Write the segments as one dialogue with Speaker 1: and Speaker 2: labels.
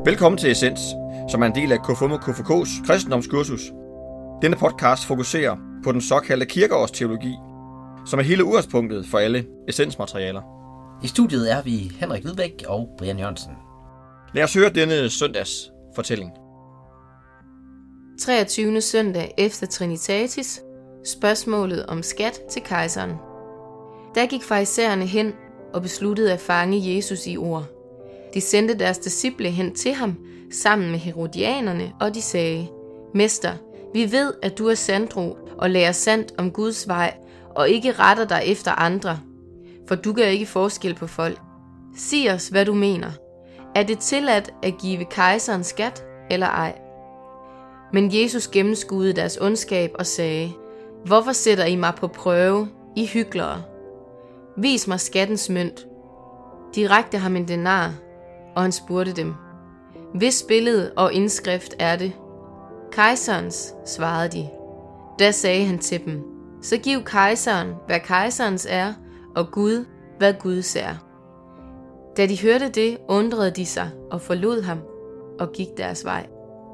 Speaker 1: Velkommen til Essens, som er en del af KFUM og KFK's kristendomskursus. Denne podcast fokuserer på den såkaldte kirkeårsteologi, som er hele udgangspunktet for alle essensmaterialer.
Speaker 2: I studiet er vi Henrik Hvidbæk og Brian Jørgensen.
Speaker 1: Lad os høre denne søndags fortælling.
Speaker 3: 23. søndag efter Trinitatis, spørgsmålet om skat til kejseren. Der gik farisæerne hen og besluttede at fange Jesus i ord. De sendte deres disciple hen til ham sammen med herodianerne, og de sagde: Mester, vi ved, at du er sandro og lærer sandt om Guds vej, og ikke retter dig efter andre, for du gør ikke forskel på folk. Sig os, hvad du mener. Er det tilladt at give kejseren skat eller ej? Men Jesus gennemskuede deres ondskab og sagde: Hvorfor sætter I mig på prøve, I hyklere? Vis mig skattens mønt. De rakte ham en denar, og han spurgte dem: Hvis billede og indskrift er det? Kejserens, svarede de. Da sagde han til dem: Så giv kejseren, hvad kejserens er, og Gud, hvad Guds er. Da de hørte det, undrede de sig og forlod ham og gik deres vej.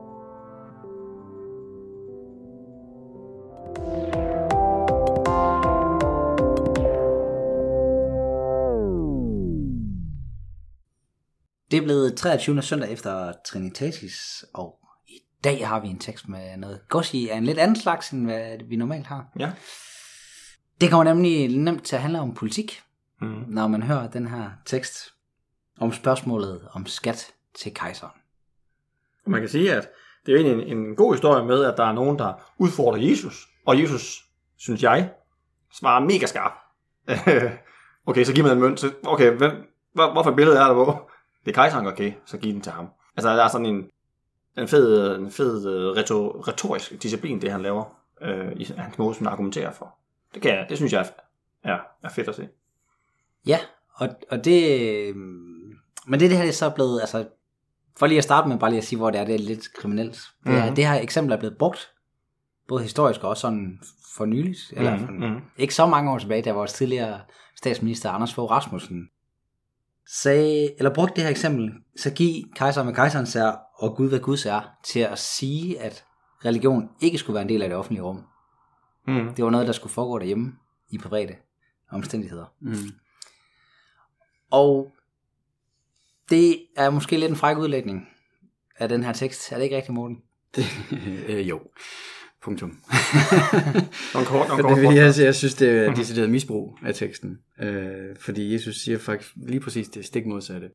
Speaker 2: Det er blevet 23. søndag efter Trinitatis, og i dag har vi en tekst med noget gods i af en lidt anden slags, end hvad vi normalt har.
Speaker 1: Ja.
Speaker 2: Det kommer nemlig nemt til at handle om politik, når man hører den her tekst om spørgsmålet om skat til kejseren.
Speaker 1: Man kan sige, at det er egentlig en god historie med, at der er nogen, der udfordrer Jesus. Og Jesus, synes jeg, svarer mega skarp. Okay, så giv mig en mønt. Okay, hvorfor billede er der på? Det er kejseren, okay, så giv den til ham. Altså, der er sådan en fed retorisk disciplin, det han laver i hans måde, som han argumenterer for. Det synes jeg er fedt at se.
Speaker 2: Ja, og det... Men det her er så blevet... Altså, for lige at starte med bare lige at sige, hvor det er lidt kriminelt. Det her eksempel er blevet brugt, både historisk og også sådan for nyligt, eller ikke så mange år tilbage, da vores tidligere statsminister Anders Fogh Rasmussen brugte det her eksempel, så giv kejseren hvad kejserens er, og Gud hvad Guds er, til at sige, at religion ikke skulle være en del af det offentlige rum. Det var noget, der skulle foregå derhjemme i private omstændigheder. Og det er måske lidt en fræk udlægning af den her tekst. Er det ikke rigtigt, Morten?
Speaker 4: Jo. Punktum.
Speaker 1: Jeg
Speaker 4: synes, det er decideret misbrug af teksten. Fordi Jesus siger faktisk lige præcis det stik modsatte.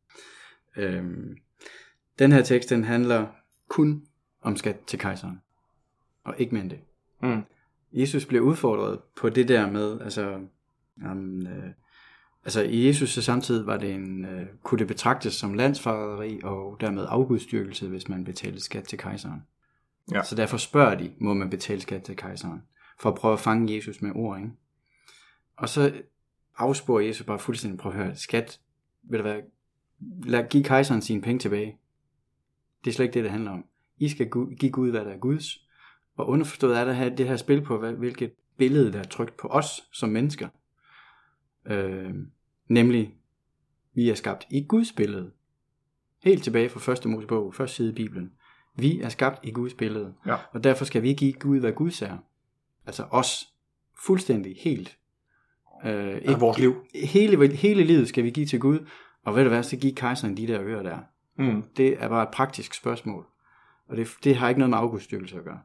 Speaker 4: Den her tekst, den handler kun om skat til kejseren. Og ikke mere end det. Jesus blev udfordret på det der med, i Jesus' samtidig var det kunne det betragtes som landsforræderi og dermed afgudstyrkelse, hvis man betalte skat til kejseren. Ja. Så derfor spørger de, må man betale skat til kejseren, for at prøve at fange Jesus med ord, ikke? Og så afsporer Jesus bare fuldstændig, prøv at høre, skat, lad give kejseren sine penge tilbage. Det er slet ikke det handler om. I skal give Gud, hvad der er Guds, og underforstået er der det her spil på, hvilket billede der er trykt på os som mennesker. Nemlig, vi er skabt i Guds billede. Helt tilbage fra første Mosebog, første side i Bibelen. Vi er skabt i Guds billede, og derfor skal vi give Gud, hvad Guds er. Altså os, fuldstændig, helt.
Speaker 1: Vores liv.
Speaker 4: Hele livet skal vi give til Gud, og ved du hvad, så give kejseren de der ører der. Det er bare et praktisk spørgsmål, og det har ikke noget med afgudstyrkelse at gøre.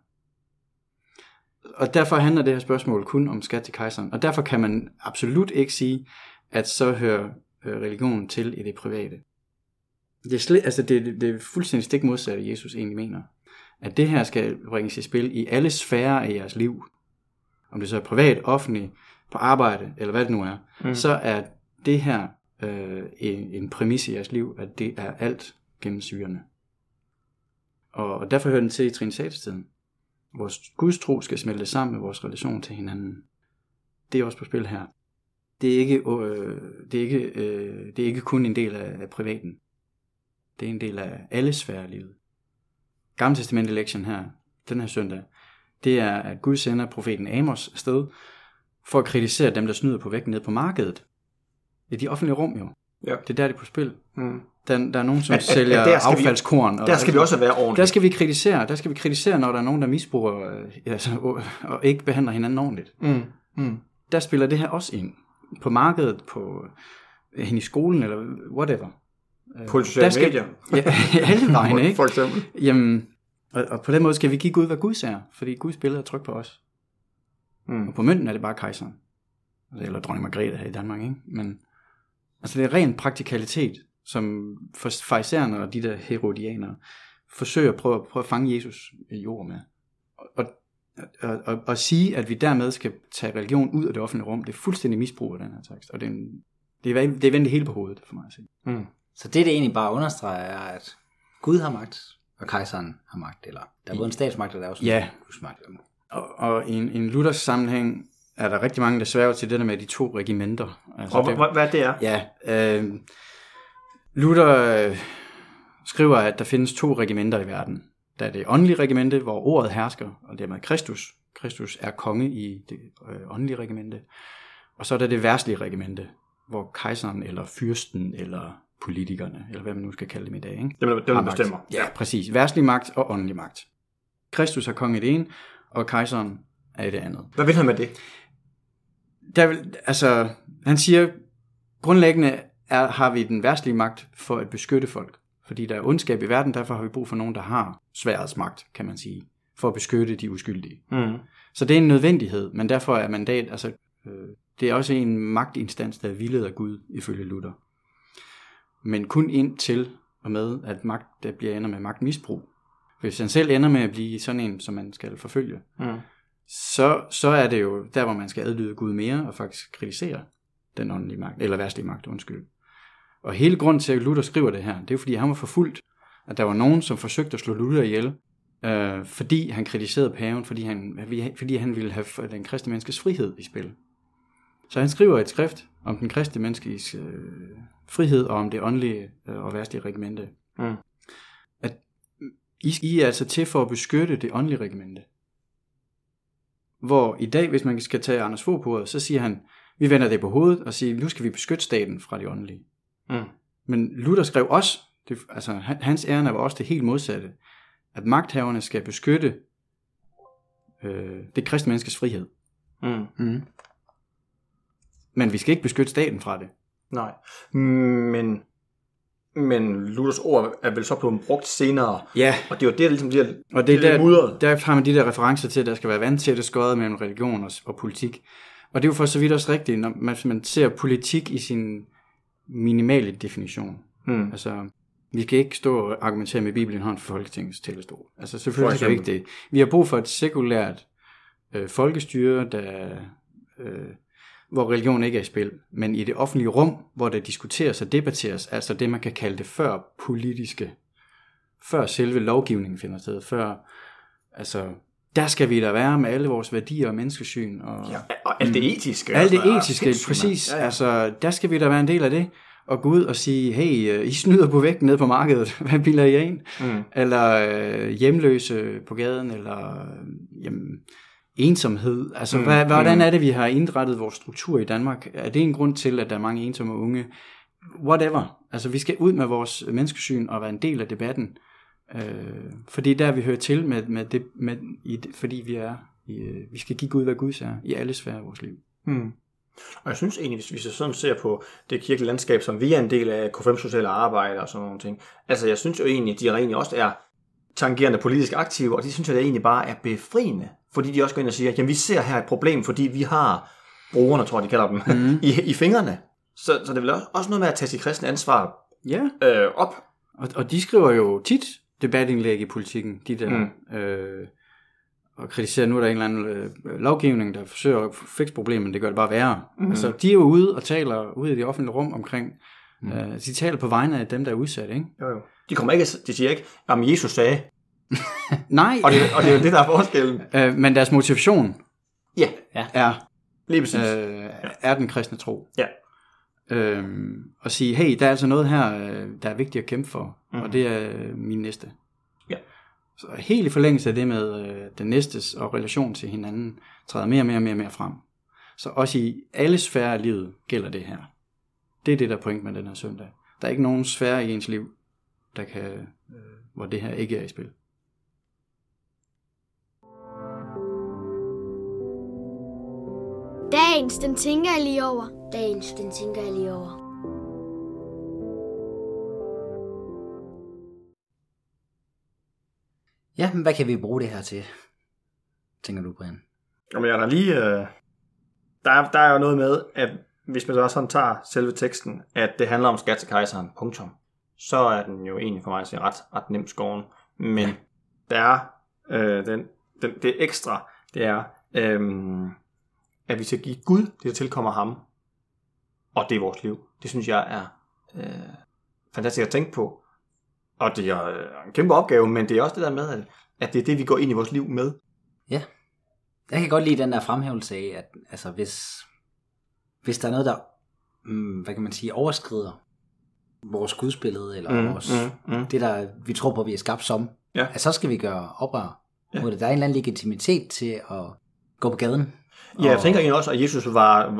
Speaker 4: Og derfor handler det her spørgsmål kun om skat til kejseren, og derfor kan man absolut ikke sige, at så hører religionen til i det private. Det er fuldstændig stik modsatte, Jesus egentlig mener. At det her skal bringes i spil i alle sfærer af jeres liv. Om det så er privat, offentligt, på arbejde, eller hvad det nu er. Så er det her en præmis i jeres liv, at det er alt gennemsyrende. Og derfor hører den til i Trinitatis-tiden. Vores Guds tro skal smelte sammen med vores relation til hinanden. Det er også på spil her. Det er ikke kun en del af privaten. Det er en del af alle sfærer af livet. Gamle testamentet lektion her, den her søndag, det er, at Gud sender profeten Amos afsted for at kritisere dem, der snyder på vægten ned på markedet. I de offentlige rum jo.
Speaker 1: Ja.
Speaker 4: Det er der, det er på spil. Der er nogen, som sælger affaldskorn.
Speaker 1: Der skal vi også være ordentligt.
Speaker 4: Der skal vi kritisere, når der er nogen, der misbruger og ikke behandler hinanden ordentligt. Der spiller det her også ind. På markedet, på hen i skolen, eller whatever.
Speaker 1: På sociale medier.
Speaker 4: Ja, alle vegne, ikke?
Speaker 1: For eksempel.
Speaker 4: Jamen, og på den måde skal vi give Gud, hvad Gud ser, fordi Guds billede er tryk på os. Og på mønten er det bare kejseren. Eller dronning Margrethe her i Danmark, ikke? Men altså det er ren praktikalitet, som farisæerne og de der herodianere forsøger at prøve at fange Jesus i ord med. Og sige, at vi dermed skal tage religion ud af det offentlige rum, det er fuldstændig misbrug af den her tekst. Og det er vendt hele på hovedet, for mig at sige.
Speaker 2: Så det egentlig bare understreger, er, at Gud har magt, og kejseren har magt. Eller der er både en statsmagt, og der er også en Guds magt.
Speaker 4: Og i en luthersk sammenhæng er der rigtig mange, der sværger til det der med de 2 regimenter. Altså
Speaker 1: og hvad det er?
Speaker 4: Ja, Luther skriver, at der findes 2 regimenter i verden. Der er det åndelige regimente, hvor ordet hersker, og dermed Kristus. Kristus er konge i det åndelige regimente. Og så er der det verdslige regimente, hvor kejseren eller fyrsten eller politikerne, eller hvad man nu skal kalde dem i dag, ikke?
Speaker 1: Dem bestemmer.
Speaker 4: Ja, præcis. Verdslig magt og åndelig magt. Kristus er konge i det ene, og kejseren er i det andet.
Speaker 1: Hvad vil han med det?
Speaker 4: Han siger, grundlæggende har vi den verdslige magt for at beskytte folk. Fordi der er ondskab i verden, derfor har vi brug for nogen, der har sværets magt, kan man sige, for at beskytte de uskyldige. Så det er en nødvendighed, men derfor er mandat, det er også en magtinstans, der er villet af Gud, ifølge Luther. Men kun indtil og med, at magt der bliver ender med magtmisbrug. Hvis han selv ender med at blive sådan en, som man skal forfølge, så er det jo der, hvor man skal adlyde Gud mere, og faktisk kritisere den åndelige magt, eller verdslige magt, undskyld. Og hele grunden til, at Luther skriver det her, det er jo fordi, han var forfulgt, at der var nogen, som forsøgte at slå Luther ihjel, fordi han kritiserede paven, fordi han ville have den kristne menneskes frihed i spil. Så han skriver et skrift om den kristne menneskes frihed, og om det åndelige og verdslige regimente. At I er altså til for at beskytte det åndelige regimente. Hvor i dag, hvis man skal tage Anders Fogh på ordet, så siger han, vi vender det på hovedet og siger, nu skal vi beskytte staten fra det åndelige. Men Luther skrev også, hans ærende var også det helt modsatte, at magthaverne skal beskytte det kristne menneskes frihed. Men vi skal ikke beskytte staten fra det.
Speaker 1: Nej, men Luthers ord er vel så blevet brugt senere.
Speaker 4: Ja.
Speaker 1: Og det er jo det, der ligesom bliver
Speaker 4: og det er der har man de der referencer til, at der skal være vandtætte skåret mellem religion og politik. Og det er jo for så vidt også rigtigt, når man ser politik i sin minimale definition. Altså, vi skal ikke stå og argumentere med Bibelen i hånd for Folketingets talerstol. Altså, selvfølgelig skal vi ikke det. Vi har brug for et sekulært folkestyre, hvor religion ikke er i spil, men i det offentlige rum, hvor der diskuteres og debatteres, altså det, man kan kalde det før selve lovgivningen finder sted, der skal vi da være med alle vores værdier og menneskesyn.
Speaker 1: Og alt det etiske.
Speaker 4: Alt det etiske, præcis. Ja. Altså, der skal vi da være en del af det, og gå ud og sige, hey, I snyder på vægten nede på markedet, hvad bilder I ind? Eller hjemløse på gaden, eller ensomhed. Altså, hvordan er det, vi har indrettet vores struktur i Danmark? Er det en grund til, at der er mange ensomme unge? Whatever. Altså, vi skal ud med vores menneskesyn og være en del af debatten. Fordi der vi hører til fordi vi skal give Gud, hvad Gud er, i alle sfærer af vores liv.
Speaker 1: Og jeg synes egentlig, hvis vi sådan ser på det kirkelige landskab, som vi er en del af K5 sociale arbejde og sådan nogle ting, altså jeg synes jo egentlig, at de egentlig også er tangerende politisk aktive, og de synes jeg, det egentlig bare er befriende, fordi de også går ind og siger, jamen vi ser her et problem, fordi vi har brugerne, tror jeg, de kalder dem, i fingrene. Så det er vel også noget med at tage sit kristne ansvar op.
Speaker 4: Og de skriver jo tit debatindlæg i politikken, de der, og kritiserer, nu er der en eller anden lovgivning, der forsøger at fikse problemet, det gør det bare værre. Altså, de er jo ude og taler ude i det offentlige rum omkring, de taler på vegne af dem, der er udsat, ikke?
Speaker 1: Jo. De siger ikke, jamen Jesus sagde.
Speaker 4: Nej.
Speaker 1: og det er jo det, der er forskellen.
Speaker 4: Men deres motivation
Speaker 1: er lige præcis.
Speaker 4: Er den kristne tro.
Speaker 1: Ja.
Speaker 4: Og sige, hey, der er altså noget her, der er vigtigt at kæmpe for, og det er min næste.
Speaker 1: Ja.
Speaker 4: Så helt i forlængelse af det med den næstes og relation til hinanden, træder mere frem. Så også i alle sfærer af livet gælder det her. Det er det, der er point med den her søndag. Der er ikke nogen sfære i ens liv, der kan, hvor det her ikke er i spil.
Speaker 5: Dagens, den tænker jeg lige over. Dagens, den tænker jeg lige over.
Speaker 2: Ja, men hvad kan vi bruge det her til, tænker du, Brian?
Speaker 1: Jamen, jeg er der lige... Der er jo noget med, at hvis man så også sådan tager selve teksten, at det handler om skat til kejseren, punktum, så er den jo egentlig for mig at sige ret nemt skåren. Men der er det ekstra, det er, at vi skal give Gud det, der tilkommer ham, og det er vores liv. Det synes jeg er fantastisk at tænke på. Og det er en kæmpe opgave, men det er også det der med, at det er det, vi går ind i vores liv med.
Speaker 2: Ja. Jeg kan godt lide den der fremhævelse af, at altså, hvis der er noget, der hvad kan man sige, overskrider vores gudsbillede, eller vores, det der vi tror på, vi er skabt som, at så skal vi gøre oprør mod det. Der er en eller anden legitimitet til at gå på gaden.
Speaker 1: Ja, jeg tænker egentlig også, at Jesus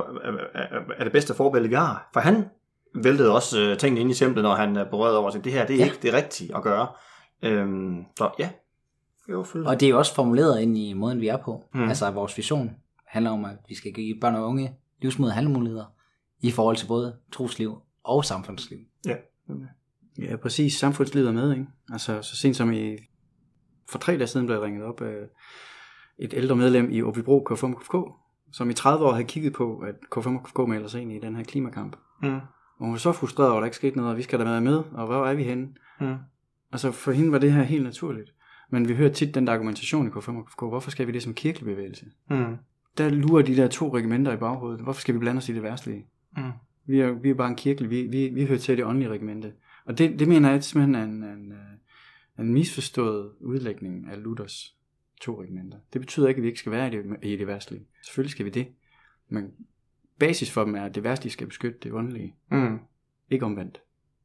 Speaker 1: er det bedste forbillede, vi har. For han væltede også tingene ind i templet, når han berørte over sig. Det her, det er ikke det rigtige at gøre. Så ja.
Speaker 2: Og det er jo også formuleret ind i måden, vi er på. Altså vores vision handler om, at vi skal give børn og unge livsmod handlemuligheder i forhold til både trosliv og samfundsliv.
Speaker 1: Ja.
Speaker 4: Ja, præcis. Samfundslivet er med, ikke? Altså, så sent som for 3 dage siden blev jeg ringet op af et ældre medlem i Åbybro K5KFK, som i 30 år havde kigget på, at K5KFK melder sig ind i den her klimakamp. Og hun var så frustreret over, at der ikke skete noget, og vi skal da være med, og hvor er vi henne? Altså, for hende var det her helt naturligt. Men vi hører tit den der argumentation i K5KFK, hvorfor skal vi det som kirkelig bevægelse? Der lurer de der 2 regimenter i baghovedet. Hvorfor skal vi blande os i det værstlige? Vi er bare en kirkelig, vi hører til det åndelige regimente. Og det mener jeg simpelthen er en misforstået udlægning af Luthers 2 regimenter. Det betyder ikke, at vi ikke skal være i det værstlige. Selvfølgelig skal vi det. Men basis for dem er, at det værstlige skal beskytte det åndelige. Ikke omvendt.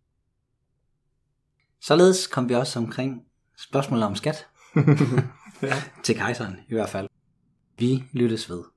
Speaker 2: Således kom vi også omkring spørgsmålet om skat. Til kejseren i hvert fald. Vi lyttes ved.